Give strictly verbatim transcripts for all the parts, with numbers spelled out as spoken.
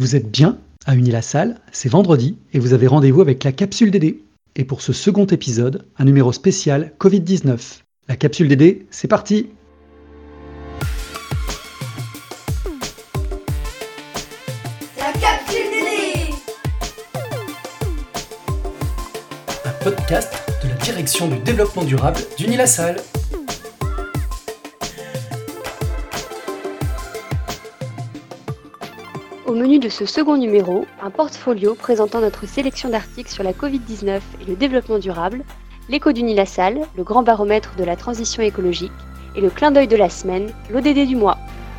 Vous êtes bien à Unilassal, c'est vendredi et vous avez rendez-vous avec la capsule Dédé. Et pour ce second épisode, un numéro spécial covid dix-neuf. La capsule Dédé, c'est parti! La capsule Dédé! Un podcast de la direction du développement durable d'Unilassal. Au menu de ce second numéro, un portfolio présentant notre sélection d'articles sur la covid dix-neuf et le développement durable, l'écho d'Unilassal, le grand baromètre de la transition écologique, et le clin d'œil de la semaine, l'O D D du mois.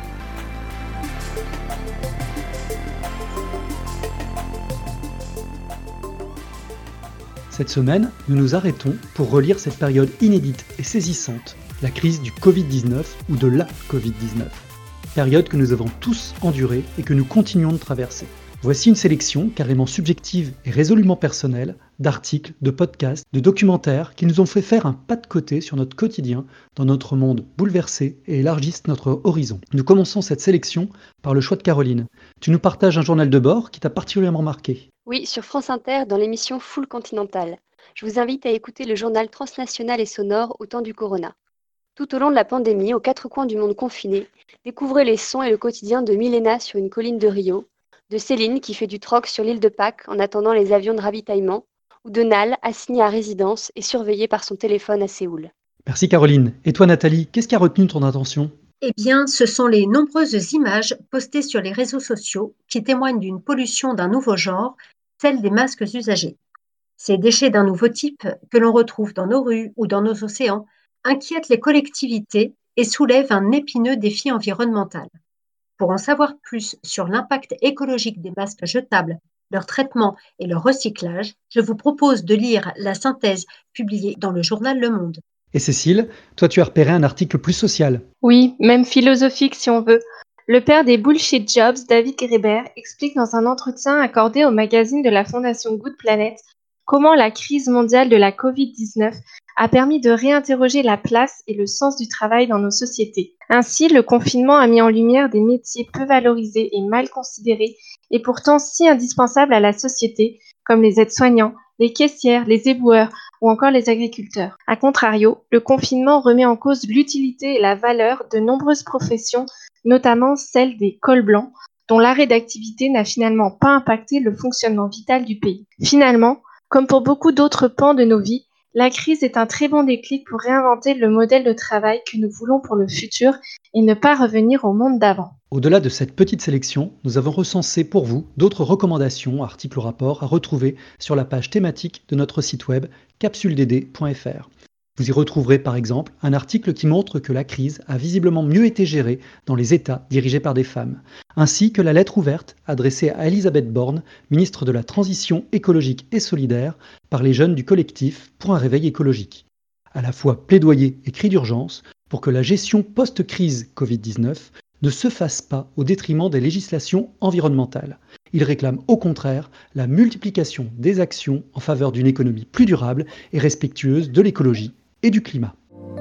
Cette semaine, nous nous arrêtons pour relire cette période inédite et saisissante, la crise du covid dix-neuf ou de la covid dix-neuf. Période que nous avons tous endurée et que nous continuons de traverser. Voici une sélection carrément subjective et résolument personnelle d'articles, de podcasts, de documentaires qui nous ont fait faire un pas de côté sur notre quotidien dans notre monde bouleversé et élargissent notre horizon. Nous commençons cette sélection par le choix de Caroline. Tu nous partages un journal de bord qui t'a particulièrement marqué. Oui, sur France Inter, dans l'émission Full Continental. Je vous invite à écouter le journal transnational et sonore au temps du corona. Tout au long de la pandémie, aux quatre coins du monde confiné, découvrez les sons et le quotidien de Milena sur une colline de Rio, de Céline qui fait du troc sur l'île de Pâques en attendant les avions de ravitaillement, ou de Nal, assigné à résidence et surveillé par son téléphone à Séoul. Merci Caroline. Et toi Nathalie, qu'est-ce qui a retenu ton attention ? Eh bien, ce sont les nombreuses images postées sur les réseaux sociaux qui témoignent d'une pollution d'un nouveau genre, celle des masques usagés. Ces déchets d'un nouveau type que l'on retrouve dans nos rues ou dans nos océans inquiètent les collectivités et soulèvent un épineux défi environnemental. Pour en savoir plus sur l'impact écologique des masques jetables, leur traitement et leur recyclage, je vous propose de lire la synthèse publiée dans le journal Le Monde. Et Cécile, toi tu as repéré un article plus social. Oui, même philosophique si on veut. Le père des bullshit jobs, David Graeber, explique dans un entretien accordé au magazine de la fondation Good Planet comment la crise mondiale de la covid dix-neuf a permis de réinterroger la place et le sens du travail dans nos sociétés. Ainsi, le confinement a mis en lumière des métiers peu valorisés et mal considérés et pourtant si indispensables à la société, comme les aides-soignants, les caissières, les éboueurs ou encore les agriculteurs. A contrario, le confinement remet en cause l'utilité et la valeur de nombreuses professions, notamment celle des cols blancs, dont l'arrêt d'activité n'a finalement pas impacté le fonctionnement vital du pays. Finalement, comme pour beaucoup d'autres pans de nos vies, la crise est un très bon déclic pour réinventer le modèle de travail que nous voulons pour le futur et ne pas revenir au monde d'avant. Au-delà de cette petite sélection, nous avons recensé pour vous d'autres recommandations, articles ou rapports à retrouver sur la page thématique de notre site web capsule d d point f r. Vous y retrouverez par exemple un article qui montre que la crise a visiblement mieux été gérée dans les États dirigés par des femmes, ainsi que la lettre ouverte adressée à Elisabeth Borne, ministre de la Transition écologique et solidaire, par les jeunes du collectif pour un réveil écologique. À la fois plaidoyer et cri d'urgence pour que la gestion post-crise covid dix-neuf ne se fasse pas au détriment des législations environnementales. Ils réclament au contraire la multiplication des actions en faveur d'une économie plus durable et respectueuse de l'écologie et du climat.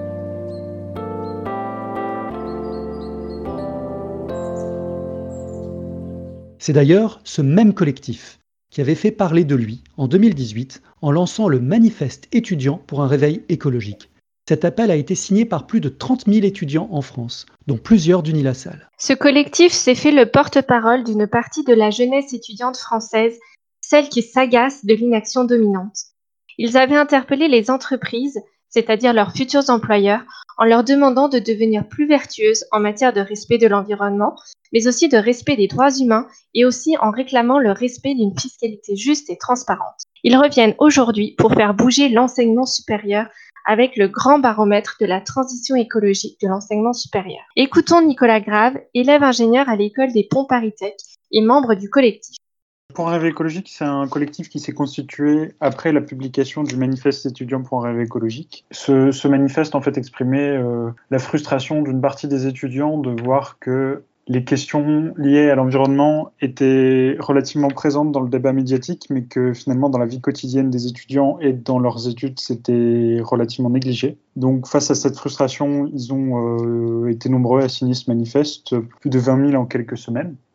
C'est d'ailleurs ce même collectif qui avait fait parler de lui en deux mille dix-huit en lançant le manifeste étudiant pour un réveil écologique. Cet appel a été signé par plus de trente mille étudiants en France, dont plusieurs d'Unilassal. Ce collectif s'est fait le porte-parole d'une partie de la jeunesse étudiante française, celle qui s'agace de l'inaction dominante. Ils avaient interpellé les entreprises, c'est-à-dire leurs futurs employeurs, en leur demandant de devenir plus vertueuses en matière de respect de l'environnement, mais aussi de respect des droits humains et aussi en réclamant le respect d'une fiscalité juste et transparente. Ils reviennent aujourd'hui pour faire bouger l'enseignement supérieur avec le grand baromètre de la transition écologique de l'enseignement supérieur. Écoutons Nicolas Grave, élève ingénieur à l'école des Ponts ParisTech et membre du collectif. Pour un rêve écologique, c'est un collectif qui s'est constitué après la publication du manifeste étudiant pour un rêve écologique. Ce, ce manifeste en fait exprimait euh, la frustration d'une partie des étudiants de voir que les questions liées à l'environnement étaient relativement présentes dans le débat médiatique, mais que finalement dans la vie quotidienne des étudiants et dans leurs études, c'était relativement négligé. Donc face à cette frustration, ils ont euh, été nombreux à signer ce manifeste, plus de vingt mille en quelques semaines.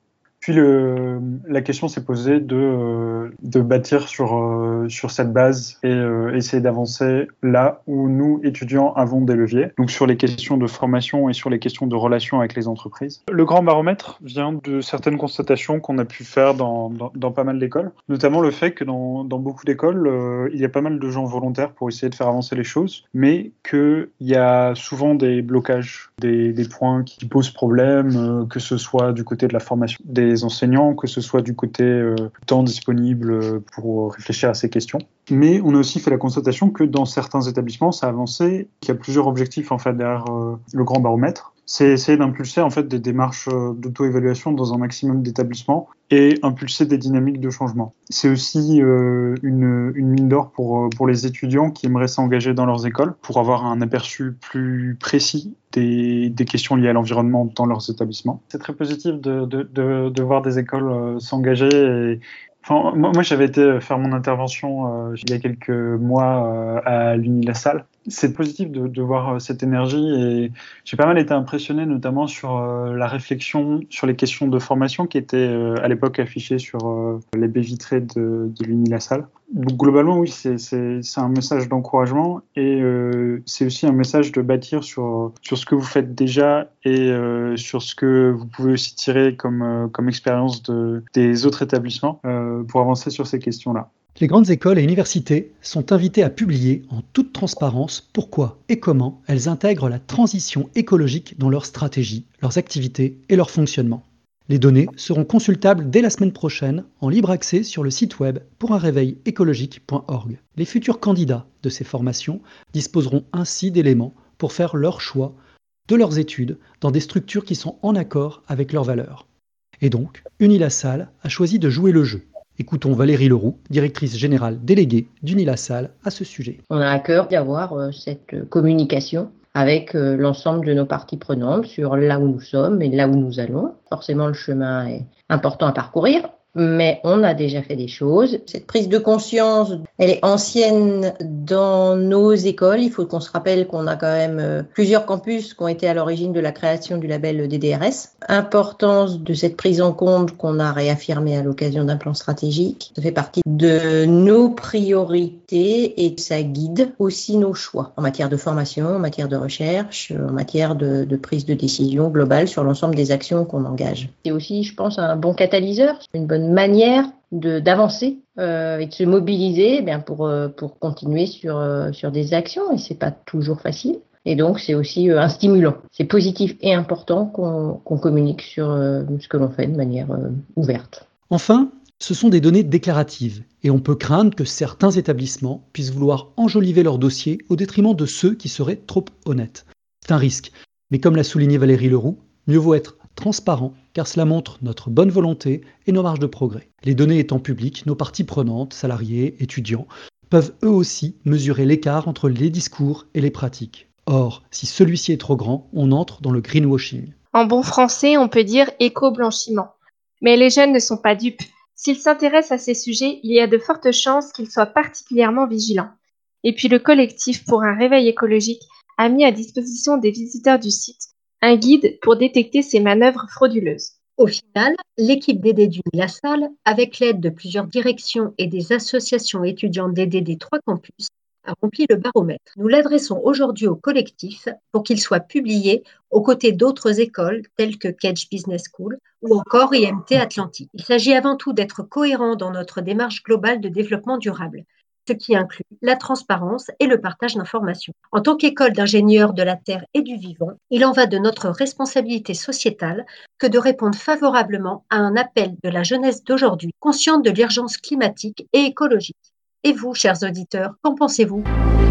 Puis le, la question s'est posée de, euh, de bâtir sur, euh, sur cette base et euh, essayer d'avancer là où nous, étudiants, avons des leviers. Donc sur les questions de formation et sur les questions de relations avec les entreprises. Le grand baromètre vient de certaines constatations qu'on a pu faire dans, dans, dans pas mal d'écoles, notamment le fait que dans, dans beaucoup d'écoles, euh, il y a pas mal de gens volontaires pour essayer de faire avancer les choses, mais qu'il y a souvent des blocages, des, des points qui posent problème, euh, que ce soit du côté de la formation des enseignants, que ce soit du côté euh, temps disponible pour réfléchir à ces questions. Mais on a aussi fait la constatation que dans certains établissements, ça a avancé, qu'il y a plusieurs objectifs en fait derrière euh, le grand baromètre. C'est essayer d'impulser en fait des démarches euh, d'auto-évaluation dans un maximum d'établissements et impulser des dynamiques de changement. C'est aussi euh, une, une mine d'or pour, pour les étudiants qui aimeraient s'engager dans leurs écoles pour avoir un aperçu plus précis des, des questions liées à l'environnement dans leurs établissements. C'est très positif de, de, de, de voir des écoles euh, s'engager et Enfin, moi, j'avais été faire mon intervention euh, il y a quelques mois euh, à l'Uni La Salle. C'est positif de, de voir cette énergie et j'ai pas mal été impressionné notamment sur euh, la réflexion sur les questions de formation qui étaient euh, à l'époque affichées sur euh, les baies vitrées de, de l'Uni La Salle. Donc globalement, oui, c'est, c'est, c'est un message d'encouragement et euh, c'est aussi un message de bâtir sur, sur ce que vous faites déjà et euh, sur ce que vous pouvez aussi tirer comme, euh, comme expérience de, des autres établissements euh, pour avancer sur ces questions-là. Les grandes écoles et universités sont invitées à publier en toute transparence pourquoi et comment elles intègrent la transition écologique dans leurs stratégies, leurs activités et leur fonctionnement. Les données seront consultables dès la semaine prochaine en libre accès sur le site web pour un réveil écologique point org. Les futurs candidats de ces formations disposeront ainsi d'éléments pour faire leur choix de leurs études dans des structures qui sont en accord avec leurs valeurs. Et donc, Uni La Salle a choisi de jouer le jeu. Écoutons Valérie Leroux, directrice générale déléguée d'Uni La Salle, à ce sujet. On a à cœur d'avoir euh, cette communication avec euh, l'ensemble de nos parties prenantes sur là où nous sommes et là où nous allons. Forcément, le chemin est important à parcourir, mais on a déjà fait des choses. Cette prise de conscience, elle est ancienne dans nos écoles. Il faut qu'on se rappelle qu'on a quand même euh, plusieurs campus qui ont été à l'origine de la création du label D D R S. Importance de cette prise en compte qu'on a réaffirmée à l'occasion d'un plan stratégique. Ça fait partie de nos priorités et ça guide aussi nos choix en matière de formation, en matière de recherche, en matière de, de prise de décision globale sur l'ensemble des actions qu'on engage. C'est aussi, je pense, un bon catalyseur, une bonne manière de, d'avancer euh, et de se mobiliser eh bien, pour, euh, pour continuer sur, euh, sur des actions et c'est pas toujours facile. Et donc, c'est aussi euh, un stimulant. C'est positif et important qu'on, qu'on communique sur euh, ce que l'on fait de manière euh, ouverte. Enfin, ce sont des données déclaratives et on peut craindre que certains établissements puissent vouloir enjoliver leur dossier au détriment de ceux qui seraient trop honnêtes. C'est un risque, mais comme l'a souligné Valérie Leroux, mieux vaut être transparent car cela montre notre bonne volonté et nos marges de progrès. Les données étant publiques, nos parties prenantes, salariés, étudiants, peuvent eux aussi mesurer l'écart entre les discours et les pratiques. Or, si celui-ci est trop grand, on entre dans le greenwashing. En bon français, on peut dire éco-blanchiment. Mais les jeunes ne sont pas dupes. S'ils s'intéressent à ces sujets, il y a de fortes chances qu'ils soient particulièrement vigilants. Et puis le collectif pour un réveil écologique a mis à disposition des visiteurs du site un guide pour détecter ces manœuvres frauduleuses. Au final, l'équipe D D d'Uni La Salle, avec l'aide de plusieurs directions et des associations étudiantes D D des trois campus, a rempli le baromètre. Nous l'adressons aujourd'hui au collectif pour qu'il soit publié aux côtés d'autres écoles telles que Kedge Business School ou encore I M T Atlantique. Il s'agit avant tout d'être cohérent dans notre démarche globale de développement durable, ce qui inclut la transparence et le partage d'informations. En tant qu'école d'ingénieurs de la Terre et du vivant, il en va de notre responsabilité sociétale que de répondre favorablement à un appel de la jeunesse d'aujourd'hui, consciente de l'urgence climatique et écologique. Et vous, chers auditeurs, qu'en pensez-vous ?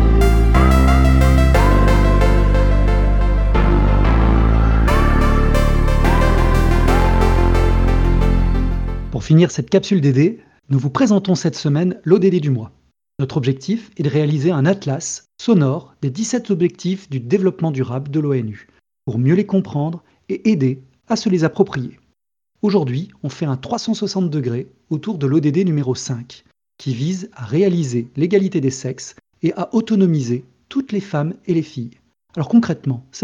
Pour finir cette capsule D D, nous vous présentons cette semaine l'O D D du mois. Notre objectif est de réaliser un atlas sonore des dix-sept objectifs du développement durable de l'ONU, pour mieux les comprendre et aider à se les approprier. Aujourd'hui, on fait un trois cent soixante degrés autour de l'O D D numéro cinq, qui vise à réaliser l'égalité des sexes et à autonomiser toutes les femmes et les filles. Alors concrètement, ça veut dire quoi ?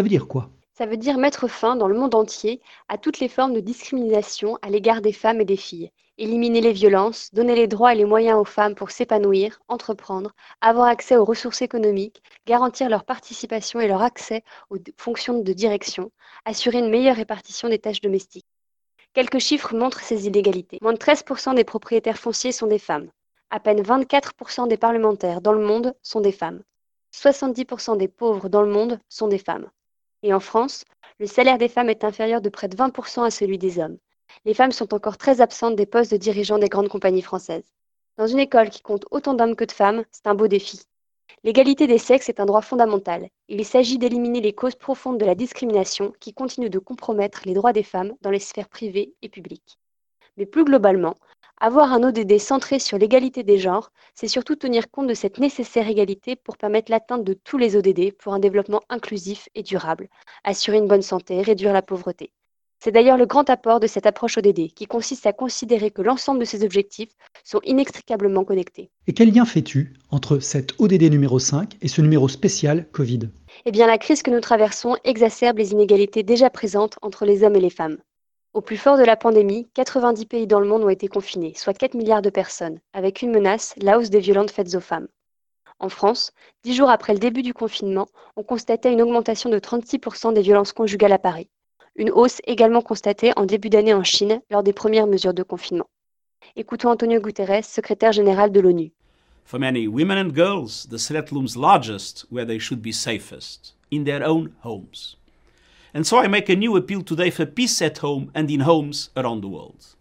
Ça veut dire mettre fin, dans le monde entier, à toutes les formes de discrimination à l'égard des femmes et des filles, éliminer les violences, donner les droits et les moyens aux femmes pour s'épanouir, entreprendre, avoir accès aux ressources économiques, garantir leur participation et leur accès aux d- fonctions de direction, assurer une meilleure répartition des tâches domestiques. Quelques chiffres montrent ces inégalités. Moins de treize pour cent des propriétaires fonciers sont des femmes. À peine vingt-quatre pour cent des parlementaires dans le monde sont des femmes. soixante-dix pour cent des pauvres dans le monde sont des femmes. Et en France, le salaire des femmes est inférieur de près de vingt pour cent à celui des hommes. Les femmes sont encore très absentes des postes de dirigeants des grandes compagnies françaises. Dans une école qui compte autant d'hommes que de femmes, c'est un beau défi. L'égalité des sexes est un droit fondamental. Il s'agit d'éliminer les causes profondes de la discrimination qui continuent de compromettre les droits des femmes dans les sphères privées et publiques. Mais plus globalement, avoir un O D D centré sur l'égalité des genres, c'est surtout tenir compte de cette nécessaire égalité pour permettre l'atteinte de tous les O D D pour un développement inclusif et durable, assurer une bonne santé, réduire la pauvreté. C'est d'ailleurs le grand apport de cette approche O D D, qui consiste à considérer que l'ensemble de ces objectifs sont inextricablement connectés. Et quel lien fais-tu entre cet O D D numéro cinq et ce numéro spécial Covid ? Eh bien, la crise que nous traversons exacerbe les inégalités déjà présentes entre les hommes et les femmes. Au plus fort de la pandémie, quatre-vingt-dix pays dans le monde ont été confinés, soit quatre milliards de personnes, avec une menace, la hausse des violences faites aux femmes. En France, dix jours après le début du confinement, on constatait une augmentation de trente-six pour cent des violences conjugales à Paris. Une hausse également constatée en début d'année en Chine lors des premières mesures de confinement. Écoutons Antonio Guterres, secrétaire général de l'ONU. For many women and girls, the threat looms largest where they should be safest, in their own homes. And so I make a new appeal today for peace at home and in homes around the world.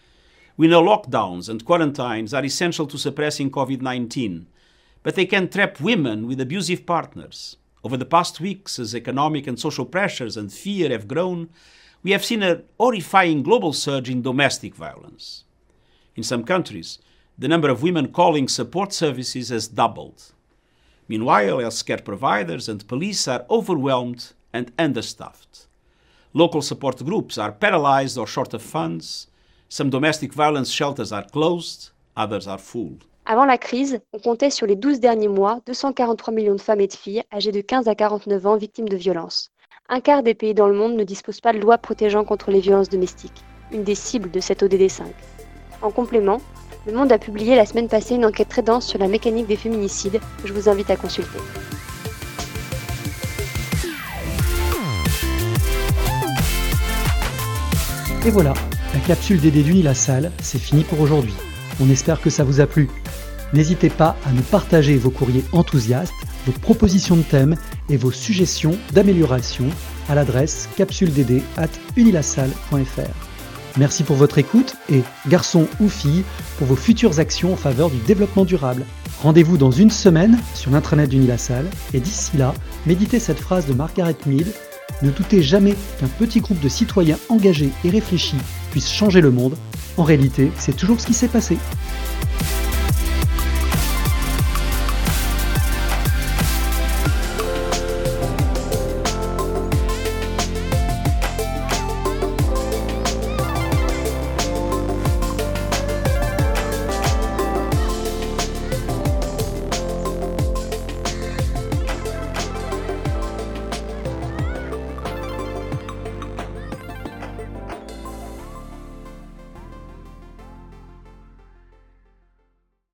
We know lockdowns and quarantines are essential to suppressing COVID nineteen, but they can trap women with abusive partners. Over the past weeks, as economic and social pressures and fear have grown, we have seen a horrifying global surge in domestic violence. In some countries, the number of women calling support services has doubled. Meanwhile, healthcare providers and police are overwhelmed and understaffed. Local support groups are paralyzed or short of funds. Some domestic violence shelters are closed, others are full. Avant la crise, on comptait sur les douze derniers mois deux cent quarante-trois millions de femmes et de filles âgées de quinze à quarante-neuf ans victimes de violences. Un quart des pays dans le monde ne disposent pas de loi protégeant contre les violences domestiques, une des cibles de cet O D D cinq. En complément, Le Monde a publié la semaine passée une enquête très dense sur la mécanique des féminicides que je vous invite à consulter. Et voilà, la capsule D D d'Unilassal, c'est fini pour aujourd'hui. On espère que ça vous a plu. N'hésitez pas à nous partager vos courriers enthousiastes, vos propositions de thèmes et vos suggestions d'amélioration à l'adresse capsuledd arobase unilassal point f r. Merci pour votre écoute et, garçons ou filles, pour vos futures actions en faveur du développement durable. Rendez-vous dans une semaine sur l'intranet d'Unilassal et d'ici là, méditez cette phrase de Margaret Mead: ne doutez jamais qu'un petit groupe de citoyens engagés et réfléchis puisse changer le monde. En réalité, c'est toujours ce qui s'est passé.